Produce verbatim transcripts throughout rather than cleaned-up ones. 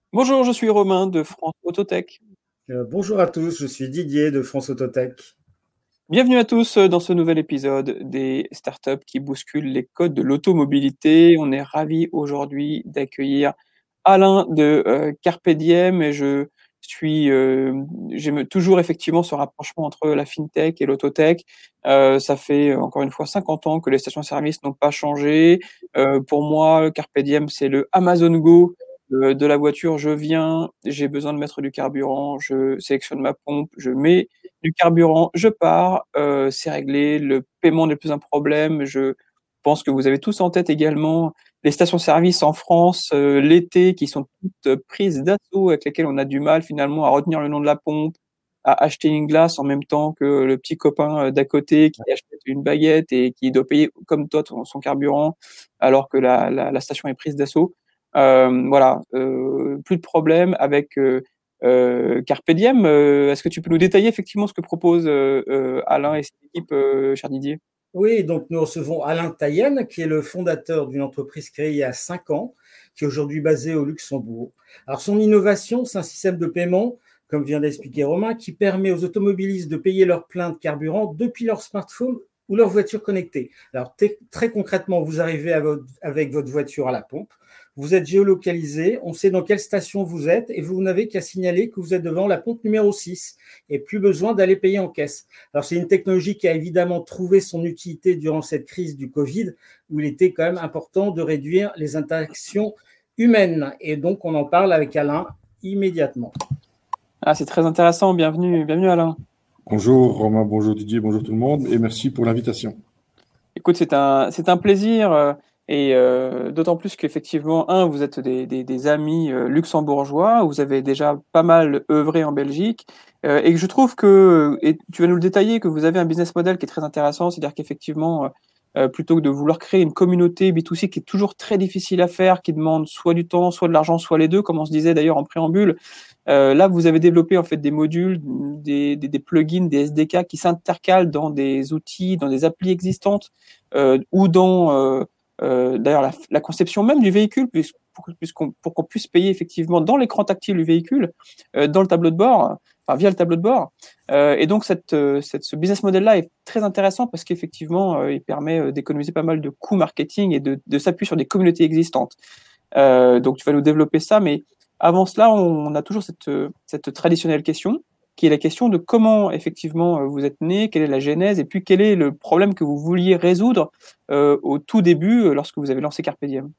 Bonjour, je suis Romain de France Autotech. Euh, bonjour à tous, je suis Didier de France Autotech. Bienvenue à tous euh, dans ce nouvel épisode des startups qui bousculent les codes de l'automobilité. On est ravis aujourd'hui d'accueillir Alain de euh, Carpe Diem et je suis, euh, j'aime toujours effectivement ce rapprochement entre la fintech et l'autotech. Euh, ça fait euh, encore une fois cinquante ans que les stations-service n'ont pas changé. Euh, pour moi, Carpe Diem, c'est le Amazon Go euh, de la voiture. Je viens, j'ai besoin de mettre du carburant, je sélectionne ma pompe, je mets du carburant, je pars, euh, c'est réglé, le paiement n'est plus un problème. Je pense que vous avez tous en tête également les stations-service en France, euh, l'été, qui sont toutes prises d'assaut, avec lesquelles on a du mal finalement à retenir le nom de la pompe, à acheter une glace en même temps que le petit copain euh, d'à côté qui achète une baguette et qui doit payer comme toi ton- son carburant, alors que la, la, la station est prise d'assaut. Euh, voilà, euh, plus de problème avec euh, euh, Carpe Diem. Euh, est-ce que tu peux nous détailler effectivement ce que propose euh, euh, Alain et son équipe, euh, cher Didier? Oui, donc nous recevons Alain Taïen, qui est le fondateur d'une entreprise créée il y a cinq ans, qui est aujourd'hui basée au Luxembourg. Alors son innovation, c'est un système de paiement, comme vient d'expliquer Romain, qui permet aux automobilistes de payer leur plein de carburant depuis leur smartphone ou leur voiture connectée. Alors très concrètement, vous arrivez à votre- avec votre voiture à la pompe, vous êtes géolocalisé, on sait dans quelle station vous êtes et vous n'avez qu'à signaler que vous êtes devant la pompe numéro six et plus besoin d'aller payer en caisse. Alors, c'est une technologie qui a évidemment trouvé son utilité durant cette crise du Covid, où il était quand même important de réduire les interactions humaines. Et donc, on en parle avec Alain immédiatement. Ah, c'est très intéressant. Bienvenue, bienvenue Alain. Bonjour Romain, bonjour Didier, bonjour tout le monde et merci pour l'invitation. Écoute, c'est un, c'est un plaisir euh, et euh, d'autant plus qu'effectivement, un, vous êtes des, des, des amis euh, luxembourgeois, vous avez déjà pas mal œuvré en Belgique euh, et que je trouve que, et tu vas nous le détailler, que vous avez un business model qui est très intéressant, c'est-à-dire qu'effectivement, euh, euh, plutôt que de vouloir créer une communauté B deux C qui est toujours très difficile à faire, qui demande soit du temps, soit de l'argent, soit les deux, comme on se disait d'ailleurs en préambule, Euh, là, vous avez développé en fait des modules, des, des, des plugins, des S D K qui s'intercalent dans des outils, dans des applis existantes euh, ou dans euh, euh, d'ailleurs la, la conception même du véhicule, puisque, pour, puisqu'on, pour qu'on puisse payer effectivement dans l'écran tactile du véhicule, euh, dans le tableau de bord, enfin via le tableau de bord. Euh, et donc cette, cette, ce business model-là est très intéressant parce qu'effectivement, euh, il permet d'économiser pas mal de coûts marketing et de, de s'appuyer sur des communautés existantes. Euh, donc tu vas nous développer ça, mais avant cela, on a toujours cette, cette traditionnelle question, qui est la question de comment effectivement vous êtes né, quelle est la genèse, et puis quel est le problème que vous vouliez résoudre euh, au tout début euh, lorsque vous avez lancé Carpe Diem.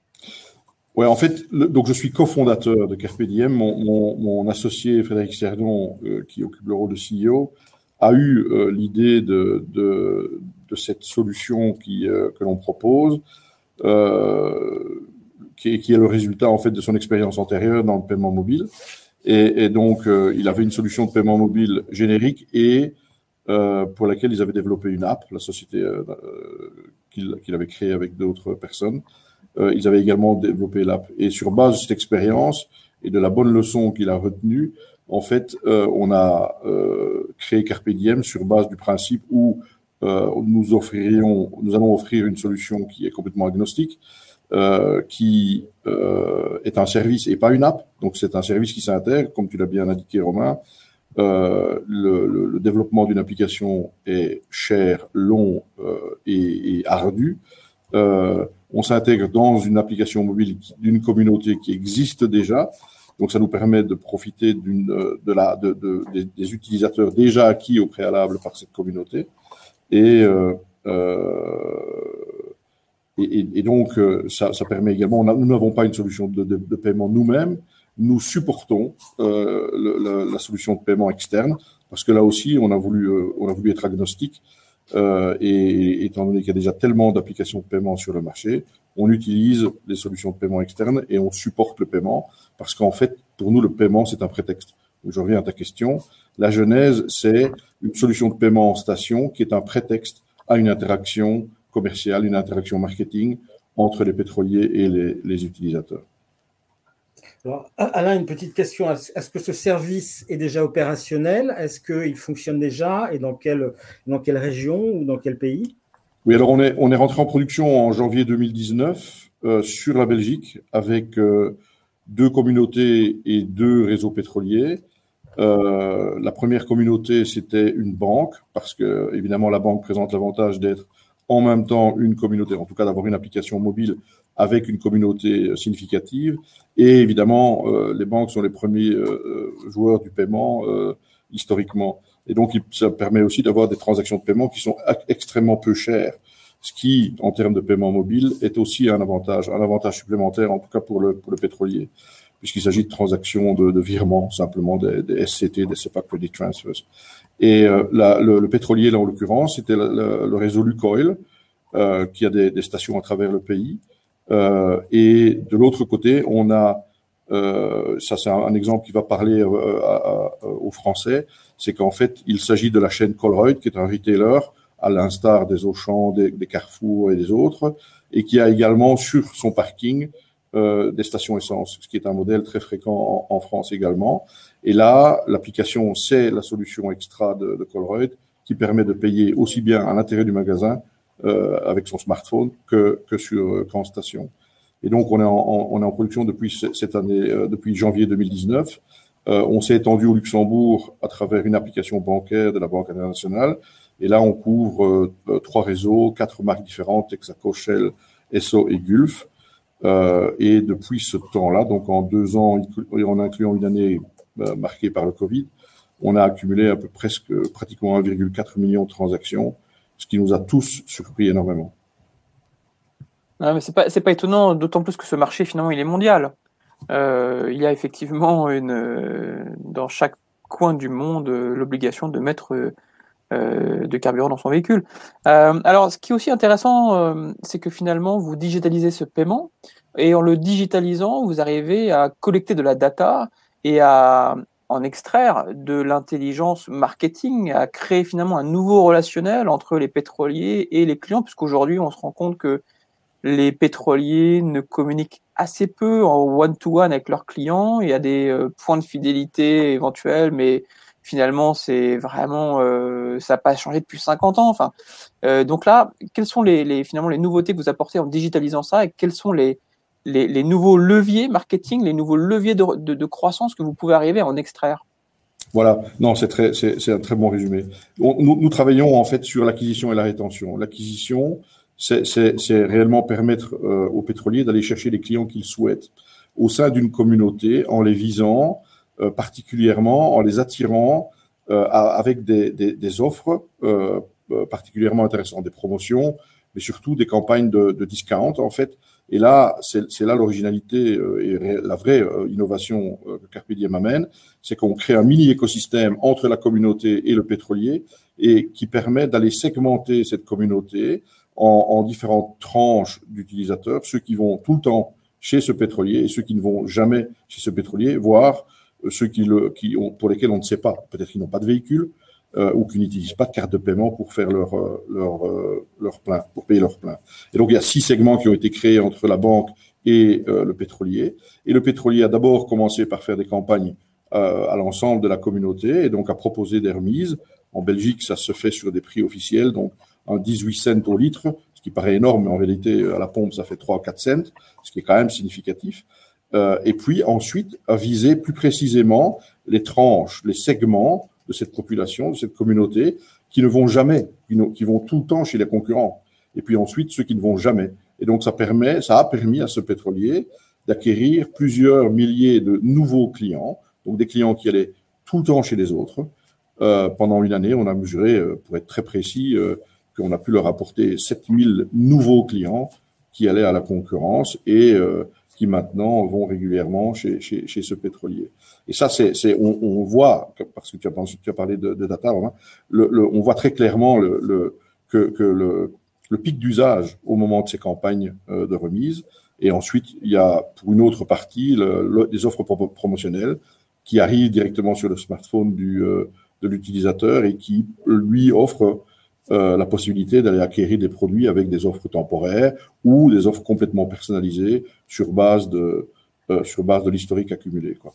Ouais, en fait, le, donc je suis cofondateur de Carpe Diem. Mon, mon, mon associé Frédéric Serdon, euh, qui occupe le rôle de C E O, a eu euh, l'idée de, de, de cette solution qui, euh, que l'on propose, euh, qui, est, qui est le résultat en fait de son expérience antérieure dans le paiement mobile. Et, et donc, euh, il avait une solution de paiement mobile générique et euh, pour laquelle ils avaient développé une app, la société euh, qu'il, qu'il avait créée avec d'autres personnes. Euh, ils avaient également développé l'app. Et sur base de cette expérience et de la bonne leçon qu'il a retenue, en fait, euh, on a euh, créé Carpe Diem sur base du principe où euh, nous offririons, nous allons offrir une solution qui est complètement agnostique, euh, qui euh, est un service et pas une app. Donc c'est un service qui s'intègre, comme tu l'as bien indiqué, Romain. Euh, le, le, le développement d'une application est cher, long euh, et, et ardu. Euh, on s'intègre dans une application mobile d'une communauté qui existe déjà. Donc, ça nous permet de profiter d'une, de la, de, de, des, des utilisateurs déjà acquis au préalable par cette communauté. Et, euh, et, et, et donc, ça, ça permet également, on a, nous n'avons pas une solution de, de, de paiement nous-mêmes. Nous supportons euh, le, le, la solution de paiement externe parce que là aussi, on a voulu, euh, on a voulu être agnostique. Euh, et, et étant donné qu'il y a déjà tellement d'applications de paiement sur le marché, on utilise les solutions de paiement externes et on supporte le paiement parce qu'en fait, pour nous, le paiement, c'est un prétexte. Donc, je reviens à ta question. La genèse, c'est une solution de paiement en station qui est un prétexte à une interaction commerciale, une interaction marketing entre les pétroliers et les, les utilisateurs. Alors, Alain, une petite question. Est-ce que ce service est déjà opérationnel? Est-ce qu'il fonctionne déjà? Et dans quelle, dans quelle région ou dans quel pays? Oui, alors on est, on est rentré en production en janvier deux mille dix-neuf euh, sur la Belgique avec euh, deux communautés et deux réseaux pétroliers. Euh, la première communauté, c'était une banque, parce que évidemment la banque présente l'avantage d'être en même temps une communauté, en tout cas d'avoir une application mobile avec une communauté significative. Et évidemment, euh, les banques sont les premiers euh, joueurs du paiement euh, historiquement. Et donc, ça permet aussi d'avoir des transactions de paiement qui sont extrêmement peu chères, ce qui, en termes de paiement mobile, est aussi un avantage, un avantage supplémentaire, en tout cas pour le, pour le pétrolier, puisqu'il s'agit de transactions de, de virements, simplement des, des S C T, des SEPA Credit Transfers. Et euh, la, le, le pétrolier, là, en l'occurrence, c'était le, le, le réseau Lukoil, euh, qui a des, des stations à travers le pays. Euh, et de l'autre côté, on a, euh, ça c'est un, un exemple qui va parler euh, à, à, aux Français, c'est qu'en fait, il s'agit de la chaîne Colruyt, qui est un retailer, à l'instar des Auchan, des, des Carrefour et des autres, et qui a également sur son parking euh, des stations essence, ce qui est un modèle très fréquent en, en France également. Et là, l'application, c'est la solution extra de, de Colruyt, qui permet de payer aussi bien à l'intérieur du magasin euh, avec son smartphone que, que sur qu'en station. Et donc, on est en, en, on est en production depuis cette année, euh, depuis janvier deux mille dix-neuf. Euh, on s'est étendu au Luxembourg à travers une application bancaire de la Banque internationale. Et là, on couvre euh, trois réseaux, quatre marques différentes, Texaco, Shell, Esso et Gulf. Euh, et depuis ce temps-là, donc en deux ans, en incluant une année euh, marquée par le Covid, on a accumulé à peu presque pratiquement un virgule quatre million de transactions, ce qui nous a tous surpris énormément. Non, mais c'est pas, c'est pas étonnant, d'autant plus que ce marché, finalement, il est mondial. Euh, il y a effectivement une, euh, dans chaque coin du monde euh, l'obligation de mettre euh, de carburant dans son véhicule. Euh, alors, ce qui est aussi intéressant, euh, c'est que finalement, vous digitalisez ce paiement et en le digitalisant, vous arrivez à collecter de la data et à en extraire de l'intelligence marketing, à créer finalement un nouveau relationnel entre les pétroliers et les clients, puisqu'aujourd'hui, on se rend compte que les pétroliers ne communiquent assez peu en one-to-one avec leurs clients. Il y a des euh, points de fidélité éventuels, mais finalement, c'est vraiment, euh, ça n'a pas changé depuis cinquante ans. Enfin, euh, donc là, quelles sont les, les, finalement les nouveautés que vous apportez en digitalisant ça et quels sont les, les, les nouveaux leviers marketing, les nouveaux leviers de, de, de croissance que vous pouvez arriver à en extraire? Voilà, non, c'est très, c'est, c'est un très bon résumé. On, nous, nous travaillons en fait sur l'acquisition et la rétention. L'acquisition, c'est, c'est, c'est réellement permettre euh, aux pétroliers d'aller chercher les clients qu'ils souhaitent au sein d'une communauté en les visant euh, particulièrement, en les attirant euh, à, avec des, des, des offres euh, particulièrement intéressantes, des promotions, mais surtout des campagnes de, de discount en fait. Et là, c'est, c'est là l'originalité euh, et la vraie euh, innovation euh, que Carpe Diem amène, c'est qu'on crée un mini écosystème entre la communauté et le pétrolier et qui permet d'aller segmenter cette communauté en, en différentes tranches d'utilisateurs, ceux qui vont tout le temps chez ce pétrolier et ceux qui ne vont jamais chez ce pétrolier, voire ceux qui le, qui ont, pour lesquels on ne sait pas, peut-être qu'ils n'ont pas de véhicule euh, ou qui n'utilisent pas de carte de paiement pour faire leur, leur, leur plein, pour payer leur plein. Et donc, il y a six segments qui ont été créés entre la banque et euh, le pétrolier. Et le pétrolier a d'abord commencé par faire des campagnes euh, à l'ensemble de la communauté et donc à proposer des remises. En Belgique, ça se fait sur des prix officiels, donc un dix-huit cents au litre, ce qui paraît énorme, mais en réalité, à la pompe, ça fait trois à quatre cents, ce qui est quand même significatif. Euh, et puis ensuite, à viser plus précisément les tranches, les segments de cette population, de cette communauté, qui ne vont jamais, qui vont tout le temps chez les concurrents. Et puis ensuite, ceux qui ne vont jamais. Et donc, ça permet, ça a permis à ce pétrolier d'acquérir plusieurs milliers de nouveaux clients, donc des clients qui allaient tout le temps chez les autres. Euh, pendant une année, on a mesuré, euh, pour être très précis, euh, qu'on a pu leur apporter sept mille nouveaux clients qui allaient à la concurrence et euh, qui maintenant vont régulièrement chez, chez, chez ce pétrolier. Et ça, c'est, c'est on, on voit, parce que tu as, tu as parlé de, de data, hein, le, le, on voit très clairement le, le, que, que le, le pic d'usage au moment de ces campagnes euh, de remise. Et ensuite, il y a pour une autre partie le, le, des offres promotionnelles qui arrivent directement sur le smartphone du, euh, de l'utilisateur et qui lui offrent Euh, la possibilité d'aller acquérir des produits avec des offres temporaires ou des offres complètement personnalisées sur base de, euh, sur base de l'historique accumulé, quoi.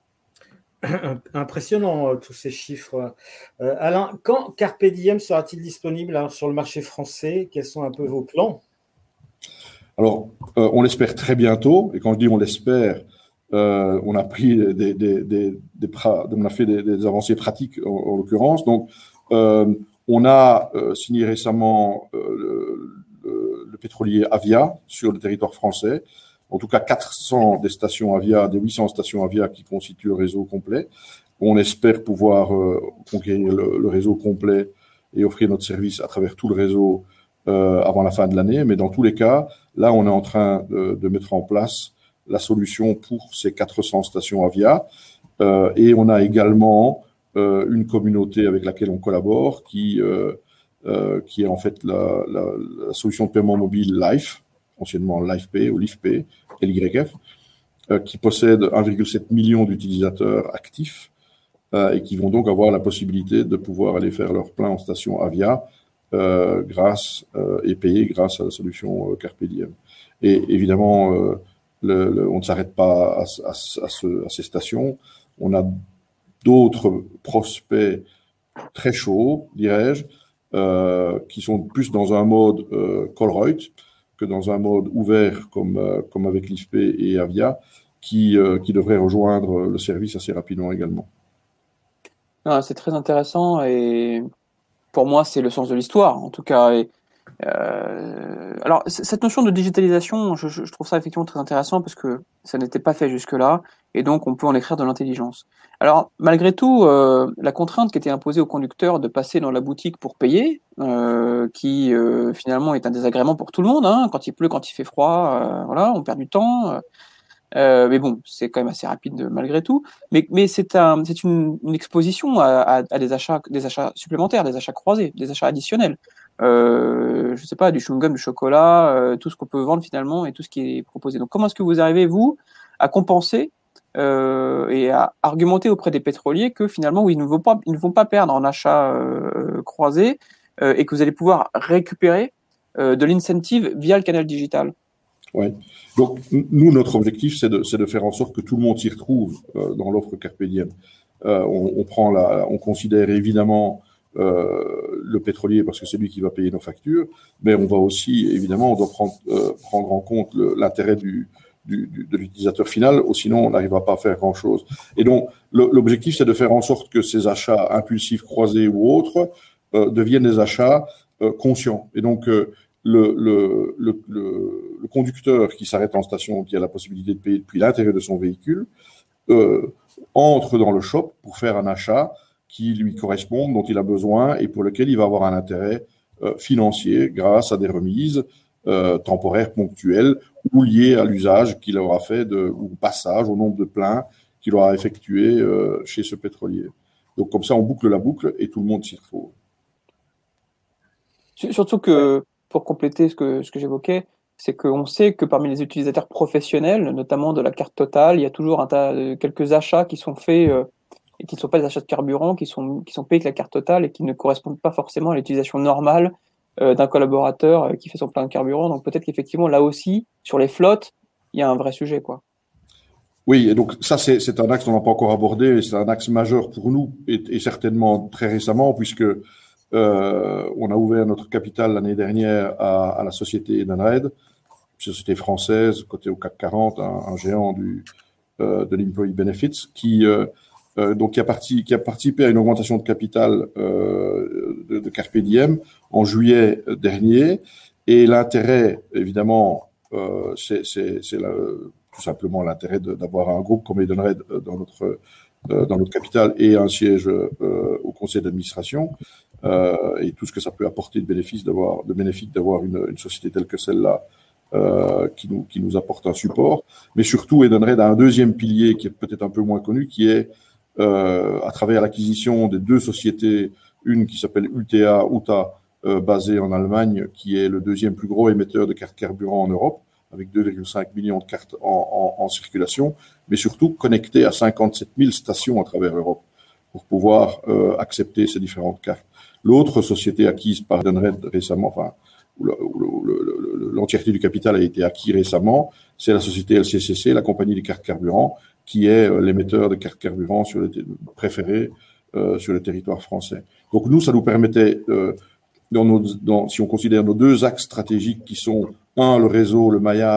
Impressionnant, euh, tous ces chiffres. Euh, Alain, quand Carpe Diem sera-t-il disponible alors, sur le marché français? Quels sont un peu vos plans? Alors, euh, on l'espère très bientôt. Et quand je dis on l'espère, Euh, on a pris des, des, des, des pra... on a fait des, des avancées pratiques en, en l'occurrence. Donc, euh, on a euh, signé récemment euh, le, le, le pétrolier Avia sur le territoire français. En tout cas, quatre cents des stations Avia, des huit cents stations Avia qui constituent le réseau complet. On espère pouvoir euh, conquérir le, le réseau complet et offrir notre service à travers tout le réseau euh, avant la fin de l'année. Mais dans tous les cas, là, on est en train de, de mettre en place la solution pour ces quatre cents stations Avia. Euh, et on a également euh, une communauté avec laquelle on collabore qui, euh, euh, qui est en fait la, la, la solution de paiement mobile Life, anciennement LifePay ou LifePay, L Y F, euh, qui possède un virgule sept million d'utilisateurs actifs euh, et qui vont donc avoir la possibilité de pouvoir aller faire leur plein en station Avia euh, grâce euh, et payer grâce à la solution euh, Carpe Diem. Et évidemment, euh, Le, le, on ne s'arrête pas à, à, à, ce, à ces stations. On a d'autres prospects très chauds, dirais-je, euh, qui sont plus dans un mode euh, Colruyt que dans un mode ouvert comme, euh, comme avec LifePay et Avia, qui, euh, qui devraient rejoindre le service assez rapidement également. Ah, c'est très intéressant et pour moi, c'est le sens de l'histoire, en tout cas. Et Euh, alors, cette notion de digitalisation, je, je trouve ça effectivement très intéressant parce que ça n'était pas fait jusque-là, et donc on peut en écrire de l'intelligence. Alors, malgré tout, euh, la contrainte qui était imposée au conducteur de passer dans la boutique pour payer, euh, qui euh, finalement est un désagrément pour tout le monde, hein, quand il pleut, quand il fait froid, euh, voilà, on perd du temps. Euh, mais bon, c'est quand même assez rapide malgré tout. Mais, mais c'est un, c'est une, une exposition à, à, à des achats, des achats supplémentaires, des achats croisés, des achats additionnels. Euh, je sais pas, du chewing-gum, du chocolat, euh, tout ce qu'on peut vendre finalement et tout ce qui est proposé. Donc, comment est-ce que vous arrivez, vous, à compenser euh, et à argumenter auprès des pétroliers que finalement, oui, ils ne vont pas, ils ne vont pas perdre en achats euh, croisés euh, et que vous allez pouvoir récupérer euh, de l'incentive via le canal digital? Ouais. Donc, nous, notre objectif, c'est de, c'est de faire en sorte que tout le monde s'y retrouve euh, dans l'offre Carpe Diem. Euh, on, on prend la, on considère évidemment euh, le pétrolier parce que c'est lui qui va payer nos factures, mais on va aussi, évidemment, on doit prendre, euh, prendre en compte le, l'intérêt du, du, du, de l'utilisateur final, ou sinon on n'arrivera pas à faire grand-chose. Et donc, le, l'objectif, c'est de faire en sorte que ces achats impulsifs, croisés ou autres, euh, deviennent des achats euh, conscients. Et donc, euh, Le, le, le, le, le conducteur qui s'arrête en station, qui a la possibilité de payer depuis l'intérieur de son véhicule, euh, entre dans le shop pour faire un achat qui lui correspond, dont il a besoin et pour lequel il va avoir un intérêt euh, financier grâce à des remises euh, temporaires ponctuelles ou liées à l'usage qu'il aura fait de, ou au passage, au nombre de pleins qu'il aura effectué euh, chez ce pétrolier. Donc comme ça, on boucle la boucle et tout le monde s'y retrouve. Surtout que, pour compléter ce que, ce que j'évoquais, c'est qu'on sait que parmi les utilisateurs professionnels, notamment de la carte Total, il y a toujours un tas, quelques achats qui sont faits euh, et qui ne sont pas des achats de carburant, qui sont, qui sont payés avec la carte Total et qui ne correspondent pas forcément à l'utilisation normale euh, d'un collaborateur euh, qui fait son plein de carburant. Donc peut-être qu'effectivement, là aussi, sur les flottes, il y a un vrai sujet, quoi. Oui, et donc ça, c'est, c'est un axe qu'on n'a pas encore abordé, et c'est un axe majeur pour nous, et, et certainement très récemment, puisque euh, on a ouvert notre capital l'année dernière à, à la société Edenred, société française, cotée au C A C quarante, un, un géant du, euh, de l'Employee Benefits, qui, euh, euh, donc, qui, a parti, qui a participé à une augmentation de capital euh, de, de Carpe Diem en juillet dernier. Et l'intérêt, évidemment, euh, c'est, c'est, c'est la, tout simplement l'intérêt de, d'avoir un groupe comme Edenred dans notre, euh, dans notre capital et un siège euh, au conseil d'administration. Euh, et tout ce que ça peut apporter de bénéfices d'avoir, de bénéfiques d'avoir une, une société telle que celle-là. Euh, qui nous qui nous apporte un support, mais surtout Edenred a un deuxième pilier qui est peut-être un peu moins connu, qui est euh, à travers l'acquisition des deux sociétés, une qui s'appelle U T A, U T A, euh, basée en Allemagne, qui est le deuxième plus gros émetteur de cartes carburant en Europe, avec deux virgule cinq millions de cartes en, en, en circulation, mais surtout connecté à cinquante-sept mille stations à travers l'Europe pour pouvoir euh, accepter ces différentes cartes. L'autre société acquise par Edenred récemment, enfin où l'entièreté du capital a été acquis récemment, c'est la société L C C C, la compagnie des cartes carburant, qui est l'émetteur de cartes carburant sur le préféré euh, sur le territoire français. Donc nous, ça nous permettait, euh, dans nos, dans, si on considère nos deux axes stratégiques qui sont, un, le réseau, le maillage,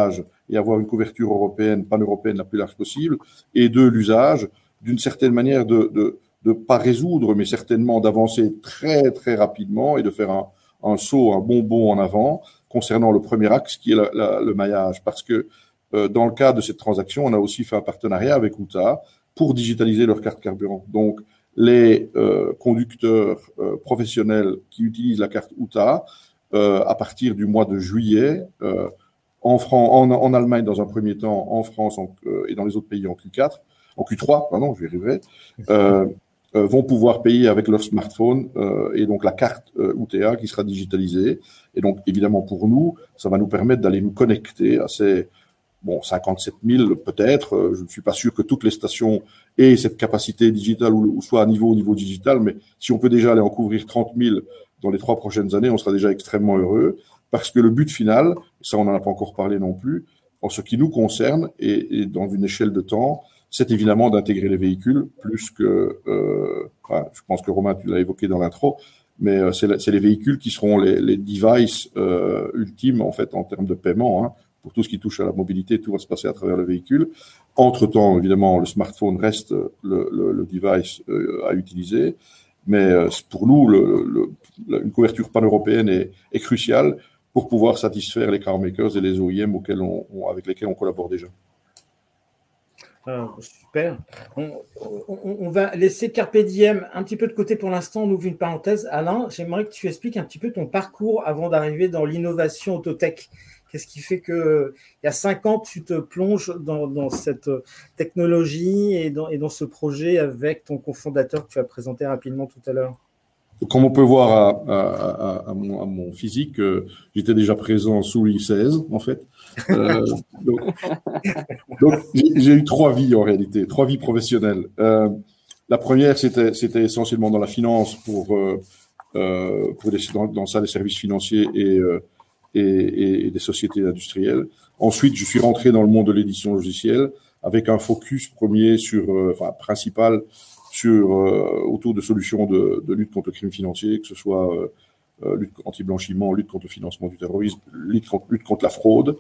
et avoir une couverture européenne, pan-européenne la plus large possible, et deux, l'usage, d'une certaine manière de de de pas résoudre, mais certainement d'avancer très très rapidement et de faire un, un saut, un bon bond en avant concernant le premier axe qui est la, la, le maillage. Parce que euh, dans le cadre de cette transaction, on a aussi fait un partenariat avec O U T A pour digitaliser leur carte carburant. Donc, les euh, conducteurs euh, professionnels qui utilisent la carte O U T A, euh, à partir du mois de juillet, euh, en, Fran- en, en Allemagne dans un premier temps, en France en, euh, et dans les autres pays en Q quatre, en Q trois, pardon, je vais y arriver, euh, euh, vont pouvoir payer avec leur smartphone euh, et donc la carte euh, O U T A qui sera digitalisée. Et donc, évidemment, pour nous, ça va nous permettre d'aller nous connecter à ces bon, cinquante-sept mille peut-être. Je ne suis pas sûr que toutes les stations aient cette capacité digitale ou, ou soit à niveau au niveau digital, mais si on peut déjà aller en couvrir trente mille dans les trois prochaines années, on sera déjà extrêmement heureux parce que le but final, ça on n'en a pas encore parlé non plus, en ce qui nous concerne et, et dans une échelle de temps, c'est évidemment d'intégrer les véhicules plus que, euh, enfin, je pense que Romain, tu l'as évoqué dans l'intro, mais euh, c'est, c'est les véhicules qui seront les, les devices euh, ultimes en fait en termes de paiement. Hein. Pour tout ce qui touche à la mobilité, tout va se passer à travers le véhicule. Entre-temps, évidemment, le smartphone reste le, le, le device euh, à utiliser. Mais euh, pour nous, le, le, une couverture pan-européenne est, est cruciale pour pouvoir satisfaire les carmakers et les O I M auxquels on, on, avec lesquels on collabore déjà. Euh, super. On, on, on va laisser Carpe Diem un petit peu de côté pour l'instant. On ouvre une parenthèse. Alain, j'aimerais que tu expliques un petit peu ton parcours avant d'arriver dans l'innovation autotech. Qu'est-ce qui fait que il y a cinq ans, tu te plonges dans, dans cette technologie et dans, et dans ce projet avec ton cofondateur que tu as présenté rapidement tout à l'heure? Comme on peut voir à, à, à, à, mon, à mon physique, euh, j'étais déjà présent sous l'I seize, en fait. Euh, donc, donc j'ai, j'ai eu trois vies en réalité, trois vies professionnelles. Euh, la première, c'était, c'était essentiellement dans la finance pour, euh, euh, pour des, dans, dans ça, les services financiers et, euh, et, et, et des sociétés industrielles. Ensuite, je suis rentré dans le monde de l'édition logicielle avec un focus premier sur, euh, enfin, principal sur euh, autour de solutions de, de lutte contre le crime financier, que ce soit euh, euh, lutte anti-blanchiment, lutte contre le financement du terrorisme, lutte contre, lutte contre la fraude.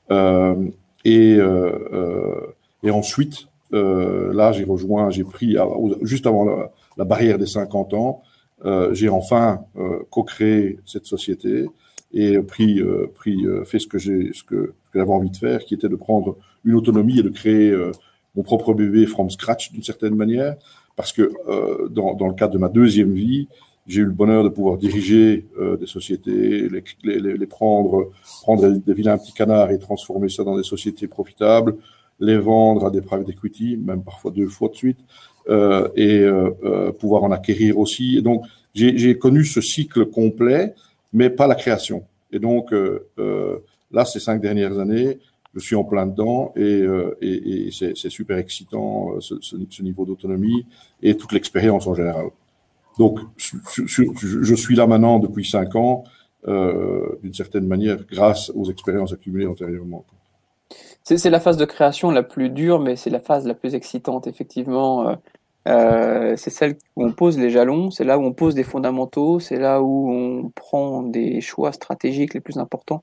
Euh, et, euh, euh, et ensuite, euh, là, j'ai rejoint, j'ai pris, juste avant la, la barrière des cinquante ans, euh, j'ai enfin euh, co-créé cette société et pris, euh, pris euh, fait ce que j'ai, ce que, ce que j'avais envie de faire, qui était de prendre une autonomie et de créer euh, mon propre bébé from scratch d'une certaine manière. Parce que euh, dans, dans le cadre de ma deuxième vie, j'ai eu le bonheur de pouvoir diriger euh, des sociétés, les, les, les prendre, prendre des vilains petits canards et transformer ça dans des sociétés profitables, les vendre à des private equity, même parfois deux fois de suite, euh, et euh, euh, pouvoir en acquérir aussi. Et donc, j'ai, j'ai connu ce cycle complet, mais pas la création. Et donc, euh, euh, là, ces cinq dernières années, je suis en plein dedans et, euh, et, et c'est, c'est super excitant, ce, ce, ce niveau d'autonomie et toute l'expérience en général. Donc, je, je, je suis là maintenant depuis cinq ans, euh, d'une certaine manière, grâce aux expériences accumulées antérieurement. C'est, c'est la phase de création la plus dure, mais c'est la phase la plus excitante, effectivement. Euh, euh, c'est celle où on pose les jalons, c'est là où on pose des fondamentaux, c'est là où on prend des choix stratégiques les plus importants.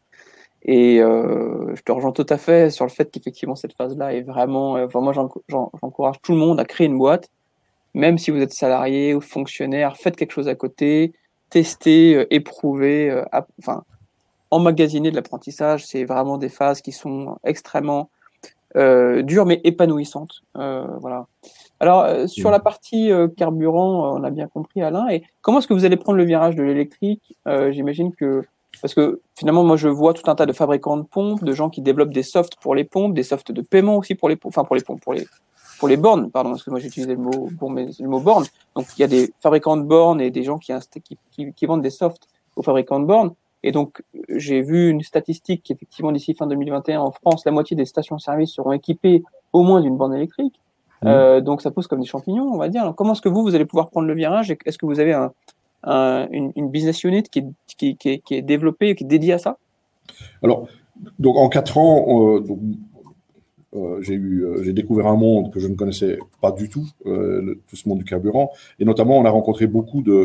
Et euh, je te rejoins tout à fait sur le fait qu'effectivement cette phase-là est vraiment. Euh, enfin, moi, j'en, j'en, j'encourage tout le monde à créer une boîte, même si vous êtes salarié ou fonctionnaire, faites quelque chose à côté, testez, euh, éprouvez. Euh, ap- enfin, emmagasiner de l'apprentissage, c'est vraiment des phases qui sont extrêmement euh, dures mais épanouissantes. Euh, voilà. Alors euh, sur la partie euh, carburant, on a bien compris, Alain. Et comment est-ce que vous allez prendre le virage de l'électrique? euh, J'imagine que Parce que finalement, moi, je vois tout un tas de fabricants de pompes, de gens qui développent des softs pour les pompes, des softs de paiement aussi pour les pompes, enfin pour les pompes, pour les pour les bornes, pardon, parce que moi j'ai utilisé le mot bon, mais le mot borne. Donc il y a des fabricants de bornes et des gens qui, qui, qui, qui vendent des softs aux fabricants de bornes. Et donc j'ai vu une statistique qu'effectivement d'ici fin deux mille vingt et un en France, la moitié des stations-service seront équipées au moins d'une borne électrique. Mmh. Euh, donc ça pousse comme des champignons, on va dire. Alors, comment est-ce que vous, vous allez pouvoir prendre le virage? Est-ce que vous avez un Un, une, une business unit qui est, qui, qui, est, qui est développée, qui est dédiée à ça? Alors, donc en quatre ans, euh, donc, euh, j'ai eu, euh, j'ai découvert un monde que je ne connaissais pas du tout, euh, le, tout ce monde du carburant, et notamment on a rencontré beaucoup de,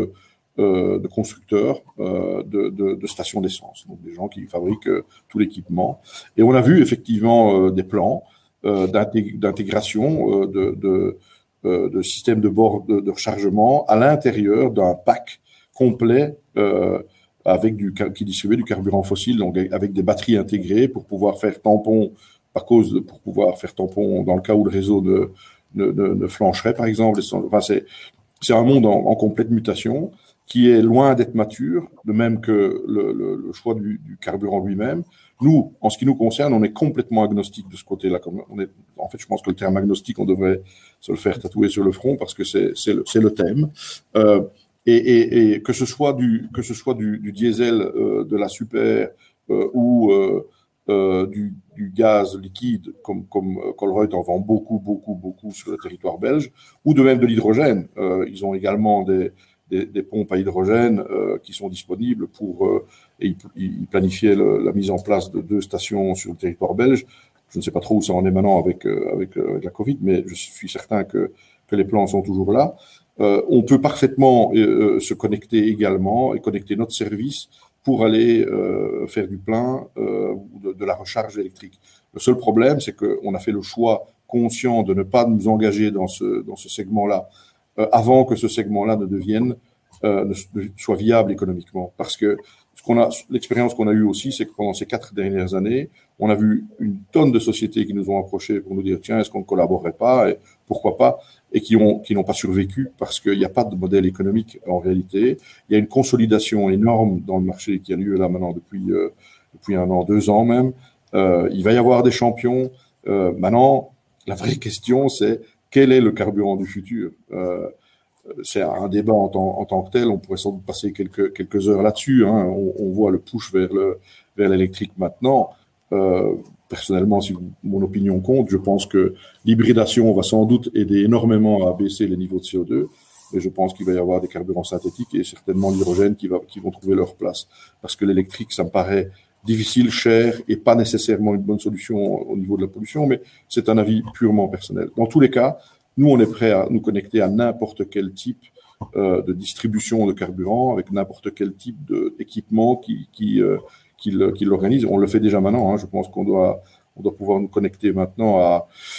euh, de constructeurs euh, de, de, de stations d'essence, donc des gens qui fabriquent euh, tout l'équipement. Et on a vu effectivement euh, des plans euh, d'intég- d'intégration euh, de, de, euh, de systèmes de bord de, de rechargement à l'intérieur d'un pack complet euh, avec du, qui distribuait du carburant fossile, donc avec des batteries intégrées pour pouvoir faire tampon, par cause de, pour pouvoir faire tampon dans le cas où le réseau ne, ne, ne, ne flancherait, par exemple. Enfin, c'est, c'est un monde en, en complète mutation qui est loin d'être mature, de même que le, le, le choix du, du carburant lui-même. Nous, en ce qui nous concerne, on est complètement agnostique de ce côté-là. Comme on est, en fait, je pense que le terme agnostique, on devrait se le faire tatouer sur le front parce que c'est, c'est, le, c'est le thème. Euh, et, et, et que ce soit du, que ce soit du, du diesel, euh, de la super euh, ou euh, euh, du, du gaz liquide, comme, comme Colruyt en vend beaucoup, beaucoup, beaucoup sur le territoire belge, ou de même de l'hydrogène. Euh, ils ont également des Des, des pompes à hydrogène euh, qui sont disponibles pour euh, et ils planifiaient le, la mise en place de deux stations sur le territoire belge. Je ne sais pas trop où ça en est maintenant avec euh, avec, euh, avec la Covid, mais je suis certain que que les plans sont toujours là. Euh, on peut parfaitement euh, se connecter également et connecter notre service pour aller euh, faire du plein euh, ou de, de la recharge électrique. Le seul problème, c'est qu'on a fait le choix conscient de ne pas nous engager dans ce dans ce segment-là avant que ce segment-là ne devienne, euh, ne soit viable économiquement. Parce que ce qu'on a, l'expérience qu'on a eue aussi, c'est que pendant ces quatre dernières années, on a vu une tonne de sociétés qui nous ont approchés pour nous dire tiens, est-ce qu'on ne collaborerait pas et pourquoi pas, et qui ont qui n'ont pas survécu parce qu'il n'y a pas de modèle économique en réalité. Il y a une consolidation énorme dans le marché qui a lieu là maintenant depuis euh, depuis un an, deux ans même. Euh, il va y avoir des champions. Euh, maintenant, la vraie question, c'est quel est le carburant du futur? euh, C'est un débat en tant, en tant que tel. On pourrait sans doute passer quelques, quelques heures là-dessus. Hein. On, on voit le push vers, le, vers l'électrique maintenant. Euh, personnellement, si mon opinion compte, je pense que l'hybridation va sans doute aider énormément à baisser les niveaux de C O deux. Mais je pense qu'il va y avoir des carburants synthétiques et certainement l'hydrogène qui, va, qui vont trouver leur place. Parce que l'électrique, ça me paraît difficile, cher et pas nécessairement une bonne solution au niveau de la pollution, mais c'est un avis purement personnel. Dans tous les cas, nous, on est prêt à nous connecter à n'importe quel type euh, de distribution de carburant, avec n'importe quel type d'équipement qui, qui, euh, qui, le, qui l'organise. On le fait déjà maintenant. Hein. Je pense qu'on doit, on doit pouvoir nous connecter maintenant à,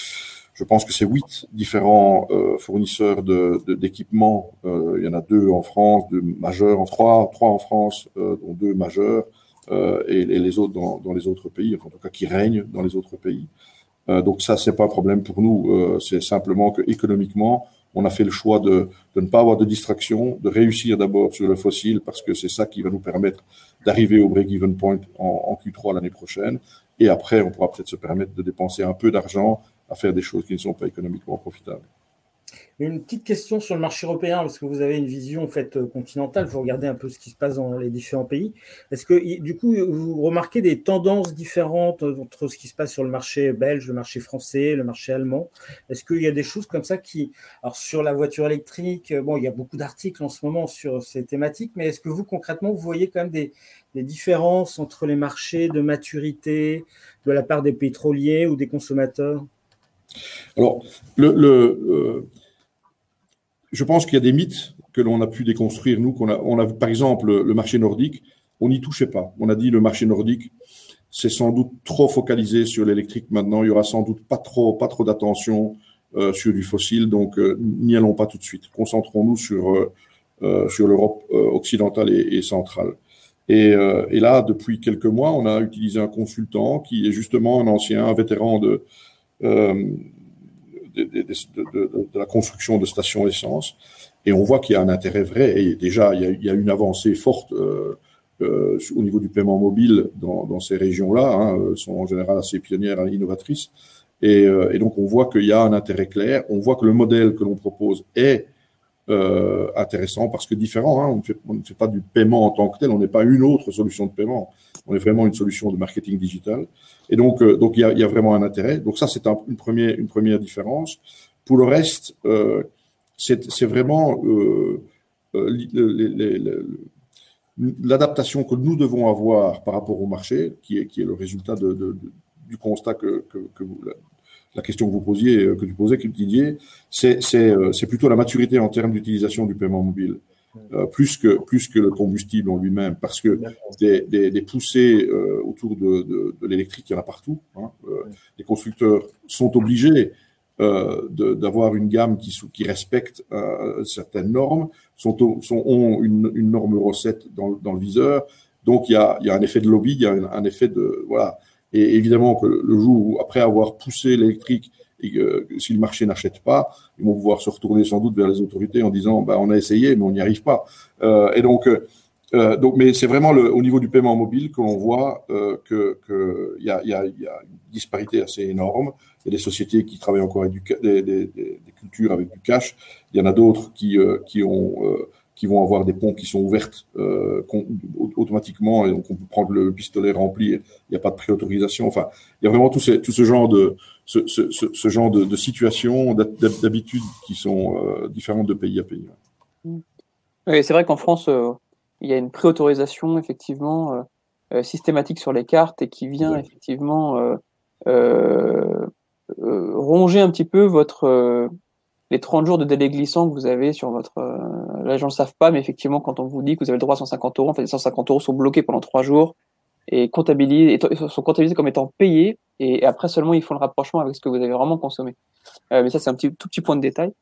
je pense que c'est huit différents euh, fournisseurs de, de, d'équipements. Euh, il y en a deux en France, deux majeurs en trois, trois en France, euh, dont deux majeurs. Euh, et, et les autres dans, dans les autres pays, enfin, en tout cas qui règnent dans les autres pays. Euh, donc ça, c'est pas un problème pour nous. Euh, c'est simplement que économiquement, on a fait le choix de, de ne pas avoir de distraction, de réussir d'abord sur le fossile parce que c'est ça qui va nous permettre d'arriver au break-even point en, en Q trois l'année prochaine. Et après, on pourra peut-être se permettre de dépenser un peu d'argent à faire des choses qui ne sont pas économiquement profitables. Une petite question sur le marché européen, parce que vous avez une vision en fait continentale, vous regardez un peu ce qui se passe dans les différents pays. Est-ce que du coup, vous remarquez des tendances différentes entre ce qui se passe sur le marché belge, le marché français, le marché allemand? Est-ce qu'il y a des choses comme ça qui... Alors sur la voiture électrique, bon, il y a beaucoup d'articles en ce moment sur ces thématiques, mais est-ce que vous, concrètement, vous voyez quand même des, des différences entre les marchés de maturité de la part des pétroliers ou des consommateurs? Alors, le... le euh... je pense qu'il y a des mythes que l'on a pu déconstruire, nous, qu'on a, on a, par exemple, le marché nordique, on n'y touchait pas. On a dit le marché nordique, c'est sans doute trop focalisé sur l'électrique maintenant, il y aura sans doute pas trop, pas trop d'attention euh, sur du fossile, donc euh, n'y allons pas tout de suite. Concentrons-nous sur, euh, sur l'Europe euh, occidentale et, et centrale. Et, euh, et là, depuis quelques mois, on a utilisé un consultant qui est justement un ancien, un vétéran de... Euh, De, de, de, de, de la construction de stations essence, et on voit qu'il y a un intérêt vrai, et déjà il y a, il y a une avancée forte euh, euh, au niveau du paiement mobile dans, dans ces régions-là, hein, sont en général assez pionnières et innovatrices, et, euh, et donc on voit qu'il y a un intérêt clair, on voit que le modèle que l'on propose est euh, intéressant parce que différent, hein, on ne fait, on ne fait pas du paiement en tant que tel, on n'est pas une autre solution de paiement, on est vraiment une solution de marketing digital. Et donc, euh, donc il y a, il y a vraiment un intérêt. Donc ça, c'est un, une première, une première différence. Pour le reste, euh, c'est, c'est vraiment euh, euh, les, les, les, l'adaptation que nous devons avoir par rapport au marché, qui est, qui est le résultat de, de, de, du constat que, que, que vous, la, la question que vous posiez, que tu posais, que Didier, c'est, c'est, c'est plutôt la maturité en termes d'utilisation du paiement mobile. euh, plus que plus que le combustible en lui-même, parce que des, des, des poussées euh, autour de, de, de l'électrique, il y en a partout. Hein. Euh, les constructeurs sont obligés euh, de, d'avoir une gamme qui, qui respecte euh, certaines normes, sont, sont, ont une, une norme Euro sept dans, dans le viseur. Donc il y a, il y a un effet de lobby, il y a un, un effet de voilà. Et évidemment que le jour où, après avoir poussé l'électrique, et que si le marché n'achète pas, ils vont pouvoir se retourner sans doute vers les autorités en disant bah, on a essayé, mais on n'y arrive pas. Euh, et donc, euh, donc, mais c'est vraiment le, au niveau du paiement mobile que l'on voit euh, que qu'il y a, y, a, y a une disparité assez énorme. Il y a des sociétés qui travaillent encore avec du, des, des, des cultures avec du cash. Il y en a d'autres qui, euh, qui ont euh, qui vont avoir des pompes qui sont ouvertes euh, automatiquement, et donc on peut prendre le pistolet rempli, il n'y a pas de préautorisation. Enfin, il y a vraiment tout ce, tout ce genre de ce, ce, ce genre de, de situations, d'habitudes qui sont euh, différentes de pays à pays. Oui, c'est vrai qu'en France, euh, il y a une préautorisation effectivement euh, euh, systématique sur les cartes et qui vient exact. effectivement euh, euh, euh, ronger un petit peu votre euh, les trente jours de délai glissant que vous avez sur votre... Euh, là, les gens ne le savent pas, mais effectivement, quand on vous dit que vous avez le droit à cent cinquante euros, en fait, les cent cinquante euros sont bloqués pendant trois jours et comptabilisés, et sont comptabilisés comme étant payés, et après seulement, ils font le rapprochement avec ce que vous avez vraiment consommé. Euh, mais ça, c'est un petit, tout petit point de détail.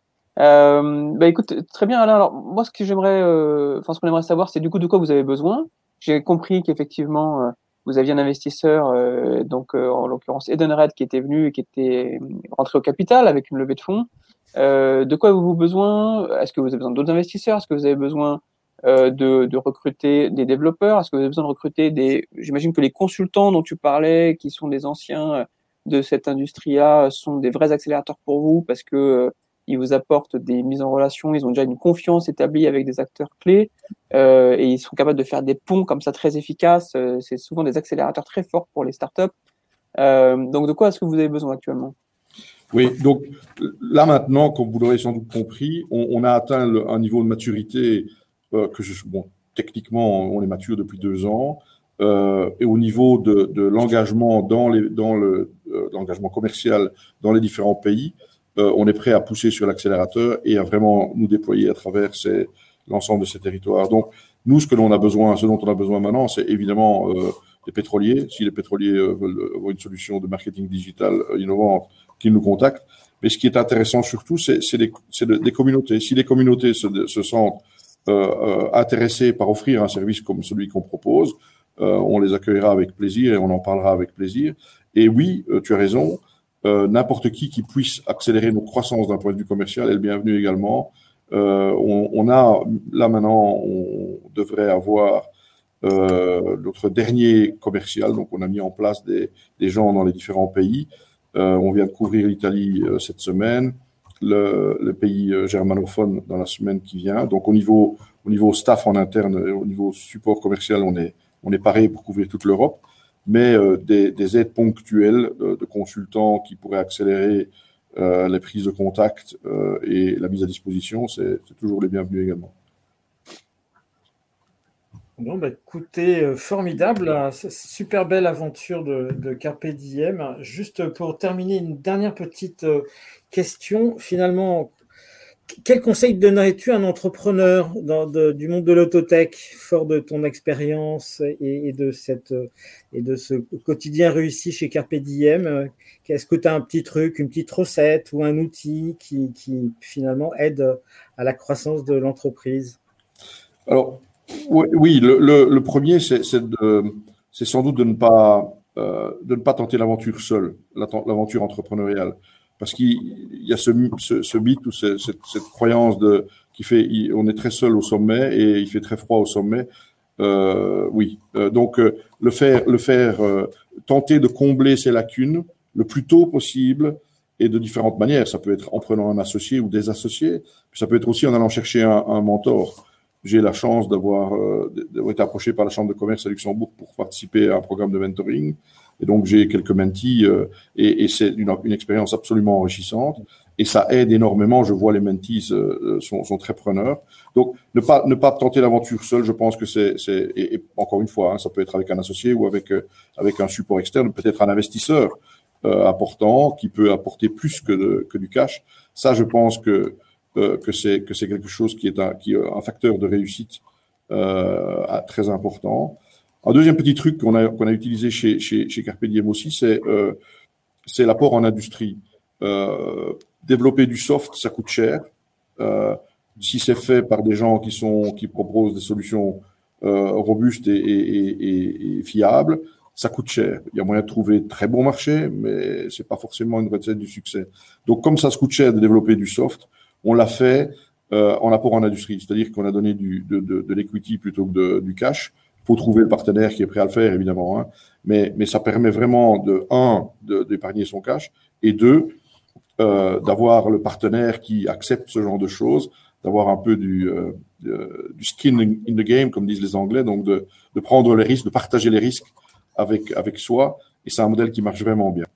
Euh, bah écoute, très bien, Alain. Alors, moi, ce que j'aimerais... Euh, enfin, ce qu'on aimerait savoir, c'est du coup de quoi vous avez besoin. J'ai compris qu'effectivement... Euh, vous aviez un investisseur, euh, donc euh, en l'occurrence Edenred, qui était venu et qui était rentré au capital avec une levée de fonds. Euh, de quoi avez-vous besoin? Est-ce que vous avez besoin d'autres investisseurs? Est-ce que vous avez besoin euh, de, de recruter des développeurs? Est-ce que vous avez besoin de recruter des... J'imagine que les consultants dont tu parlais, qui sont des anciens de cette industrie-là, sont des vrais accélérateurs pour vous parce que euh, ils vous apportent des mises en relation, ils ont déjà une confiance établie avec des acteurs clés euh, et ils sont capables de faire des ponts comme ça très efficaces. Euh, c'est souvent des accélérateurs très forts pour les startups. Euh, donc, de quoi est-ce que vous avez besoin actuellement? Oui, donc là maintenant, comme vous l'aurez sans doute compris, on, on a atteint le, un niveau de maturité euh, que je, bon, techniquement, on est mature depuis deux ans. Euh, et au niveau de, de l'engagement dans, les, dans le, euh, l'engagement commercial dans les différents pays, euh, on est prêt à pousser sur l'accélérateur et à vraiment nous déployer à travers ces, l'ensemble de ces territoires. Donc, nous, ce que l'on a besoin, ce dont on a besoin maintenant, c'est évidemment euh, les pétroliers. Si les pétroliers euh, veulent avoir une solution de marketing digital euh, innovante, qu'ils nous contactent. Mais ce qui est intéressant surtout, c'est, c'est, des, c'est de, des communautés. Si les communautés se, se sentent euh, euh, intéressées par offrir un service comme celui qu'on propose, euh, on les accueillera avec plaisir et on en parlera avec plaisir. Et oui, euh, tu as raison, euh, n'importe qui qui puisse accélérer notre croissance d'un point de vue commercial est le bienvenu également. Euh, on, on a, là maintenant, on devrait avoir euh, notre dernier commercial. Donc, on a mis en place des, des gens dans les différents pays. Euh, on vient de couvrir l'Italie euh, cette semaine, le, le pays euh, germanophone dans la semaine qui vient. Donc, au niveau, au niveau staff en interne, au niveau support commercial, on est, on est paré pour couvrir toute l'Europe. Mais euh, des, des aides ponctuelles de, de consultants qui pourraient accélérer euh, les prises de contact euh, et la mise à disposition, c'est, c'est toujours les bienvenus également. Bon, bah, écoutez, euh, formidable, hein, super belle aventure de, de Carpe Diem. Juste pour terminer, une dernière petite euh, question. Finalement, quel conseil donnerais-tu à un entrepreneur dans, de, du monde de l'autotech, fort de ton expérience et, et, de cette, et de ce quotidien réussi chez Carpe Diem? Est-ce que tu as un petit truc, une petite recette ou un outil qui, qui finalement aide à la croissance de l'entreprise? Alors, oui, oui le, le, le premier, c'est, c'est, de, c'est sans doute de ne pas, euh, de ne pas tenter l'aventure seule, l'aventure entrepreneuriale. Parce qu'il y a ce, ce, ce mythe ou cette, cette, cette croyance de, qui fait il, on est très seul au sommet et il fait très froid au sommet. Euh, oui, euh, donc euh, le faire, le faire euh, tenter de combler ses lacunes le plus tôt possible et de différentes manières. Ça peut être en prenant un associé ou des associés, ça peut être aussi en allant chercher un, un mentor. J'ai la chance d'avoir, euh, d'avoir été approché par la Chambre de commerce à Luxembourg pour participer à un programme de mentoring. Et donc, j'ai quelques mentees euh, et, et c'est une, une expérience absolument enrichissante. Et ça aide énormément. Je vois les mentees euh, sont, sont très preneurs. Donc, ne pas, ne pas tenter l'aventure seul, je pense que c'est... c'est et, et encore une fois, hein, ça peut être avec un associé ou avec, euh, avec un support externe, peut-être un investisseur euh, important qui peut apporter plus que, de, que du cash. Ça, je pense que euh, que c'est que c'est quelque chose qui est un, qui est un facteur de réussite euh, très important. Un deuxième petit truc qu'on a, qu'on a utilisé chez, chez, chez Carpe Diem aussi, c'est, euh, c'est l'apport en industrie. Euh, développer du soft, ça coûte cher. Euh, si c'est fait par des gens qui, sont, qui proposent des solutions euh, robustes et, et, et, et fiables, ça coûte cher. Il y a moyen de trouver de très bons marchés, mais c'est pas forcément une recette du succès. Donc, comme ça se coûte cher de développer du soft, on l'a fait euh, en apport en industrie. C'est-à-dire qu'on a donné du, de, de, de l'equity plutôt que de, du cash. Il faut trouver le partenaire qui est prêt à le faire, évidemment. Hein. Mais, mais ça permet vraiment, de un, de, d'épargner son cash, et deux, euh, d'avoir le partenaire qui accepte ce genre de choses, d'avoir un peu du, euh, de, du skin in the game, comme disent les Anglais, donc de, de prendre les risques, de partager les risques avec, avec soi. Et c'est un modèle qui marche vraiment bien.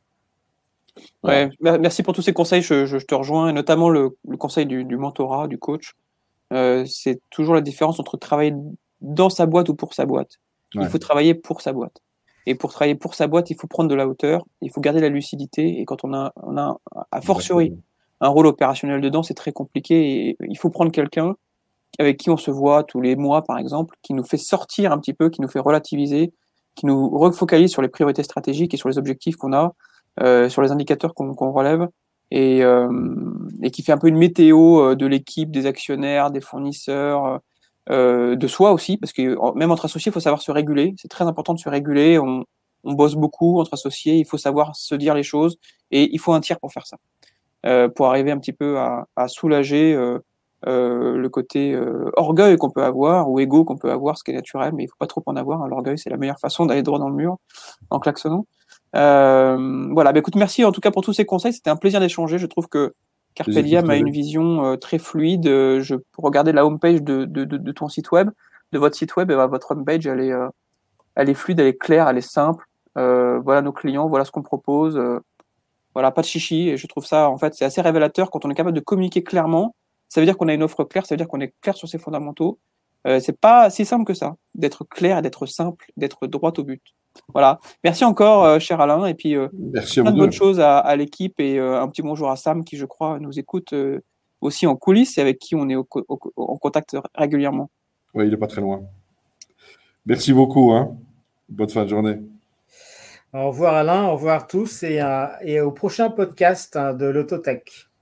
Voilà. Ouais, merci pour tous ces conseils, je, je, je te rejoins, et notamment le, le conseil du, du mentorat, du coach. Euh, c'est toujours la différence entre travailler dans sa boîte ou pour sa boîte. Ouais. Il faut travailler pour sa boîte. Et pour travailler pour sa boîte, il faut prendre de la hauteur, il faut garder la lucidité. Et quand on a, on a a fortiori un rôle opérationnel dedans, c'est très compliqué. Et il faut prendre quelqu'un avec qui on se voit tous les mois, par exemple, qui nous fait sortir un petit peu, qui nous fait relativiser, qui nous refocalise sur les priorités stratégiques et sur les objectifs qu'on a, euh, sur les indicateurs qu'on, qu'on relève, et, euh, et qui fait un peu une météo de l'équipe, des actionnaires, des fournisseurs, euh, de soi aussi, parce que même entre associés, il faut savoir se réguler. C'est très important de se réguler. On, on bosse beaucoup entre associés, il faut savoir se dire les choses, et il faut un tiers pour faire ça, euh, pour arriver un petit peu à, à soulager euh, euh, le côté euh, orgueil qu'on peut avoir, ou ego qu'on peut avoir, ce qui est naturel, mais il faut pas trop en avoir. L'orgueil, c'est la meilleure façon d'aller droit dans le mur en klaxonnant. Euh, voilà, bah, écoute, merci en tout cas pour tous ces conseils. C'était un plaisir d'échanger. Je trouve que Carpe Diem a une vision euh, très fluide. Euh, je peux regarder la homepage de, de, de, de ton site web, de votre site web, et bah, votre homepage, elle est, euh, elle est fluide, elle est claire, elle est simple. Euh, voilà nos clients, voilà ce qu'on propose. Euh, voilà, pas de chichi. Et je trouve ça, en fait, c'est assez révélateur quand on est capable de communiquer clairement. Ça veut dire qu'on a une offre claire, ça veut dire qu'on est clair sur ses fondamentaux. Euh, c'est pas si simple que ça, d'être clair, d'être simple, d'être droit au but. Voilà. Merci encore, euh, cher Alain, et puis euh, Merci plein de bonnes choses à, à l'équipe, et euh, un petit bonjour à Sam qui, je crois, nous écoute euh, aussi en coulisses et avec qui on est au, au, en contact régulièrement. Oui, il n'est pas très loin. Merci beaucoup. Hein. Bonne fin de journée. Au revoir Alain, au revoir tous, et, euh, et au prochain podcast de l'Autotech.